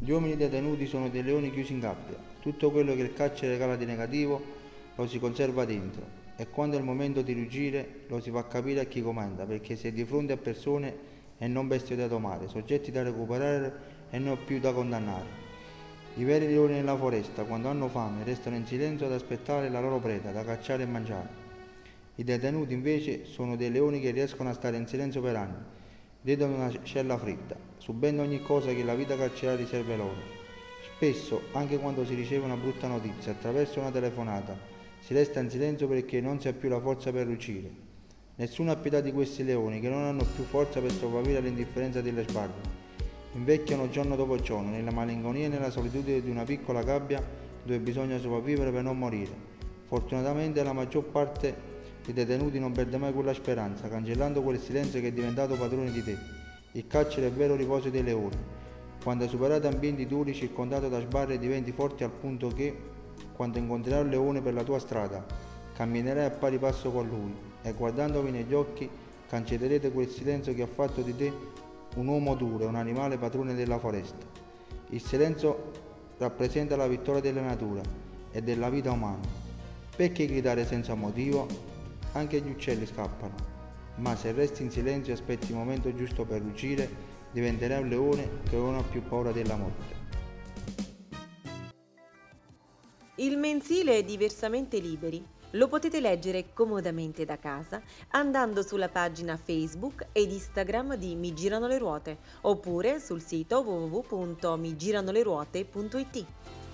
Gli uomini detenuti sono dei leoni chiusi in gabbia. Tutto quello che il carcere regala di negativo lo si conserva dentro e quando è il momento di ruggire lo si fa capire a chi comanda perché si è di fronte a persone e non bestie da domare, soggetti da recuperare e non più da condannare. I veri leoni nella foresta, quando hanno fame, restano in silenzio ad aspettare la loro preda da cacciare e mangiare. I detenuti invece sono dei leoni che riescono a stare in silenzio per anni, dietro una cella fredda, subendo ogni cosa che la vita carceraria riserva loro. Spesso, anche quando si riceve una brutta notizia attraverso una telefonata, si resta in silenzio perché non si ha più la forza per uscire. Nessuno ha pietà di questi leoni che non hanno più forza per sopravvivere all'indifferenza delle sbarre. Invecchiano giorno dopo giorno nella malinconia e nella solitudine di una piccola gabbia dove bisogna sopravvivere per non morire. Fortunatamente la maggior parte dei detenuti non perde mai quella speranza, cancellando quel silenzio che è diventato padrone di te. Il carcere è il vero riposo dei leoni. Quando hai superato ambienti duri, circondato da sbarre, diventi forte al punto che, quando incontrerai un leone per la tua strada, camminerai a pari passo con lui e guardandovi negli occhi cancellerete quel silenzio che ha fatto di te un uomo duro, un animale padrone della foresta. Il silenzio rappresenta la vittoria della natura e della vita umana. Perché gridare senza motivo? Anche gli uccelli scappano, ma se resti in silenzio e aspetti il momento giusto per ruggire, diventerai un leone che non ha più paura della morte. Il mensile è Diversamente Liberi. Lo potete leggere comodamente da casa andando sulla pagina Facebook ed Instagram di Mi Girano le Ruote oppure sul sito www.migiranoleruote.it.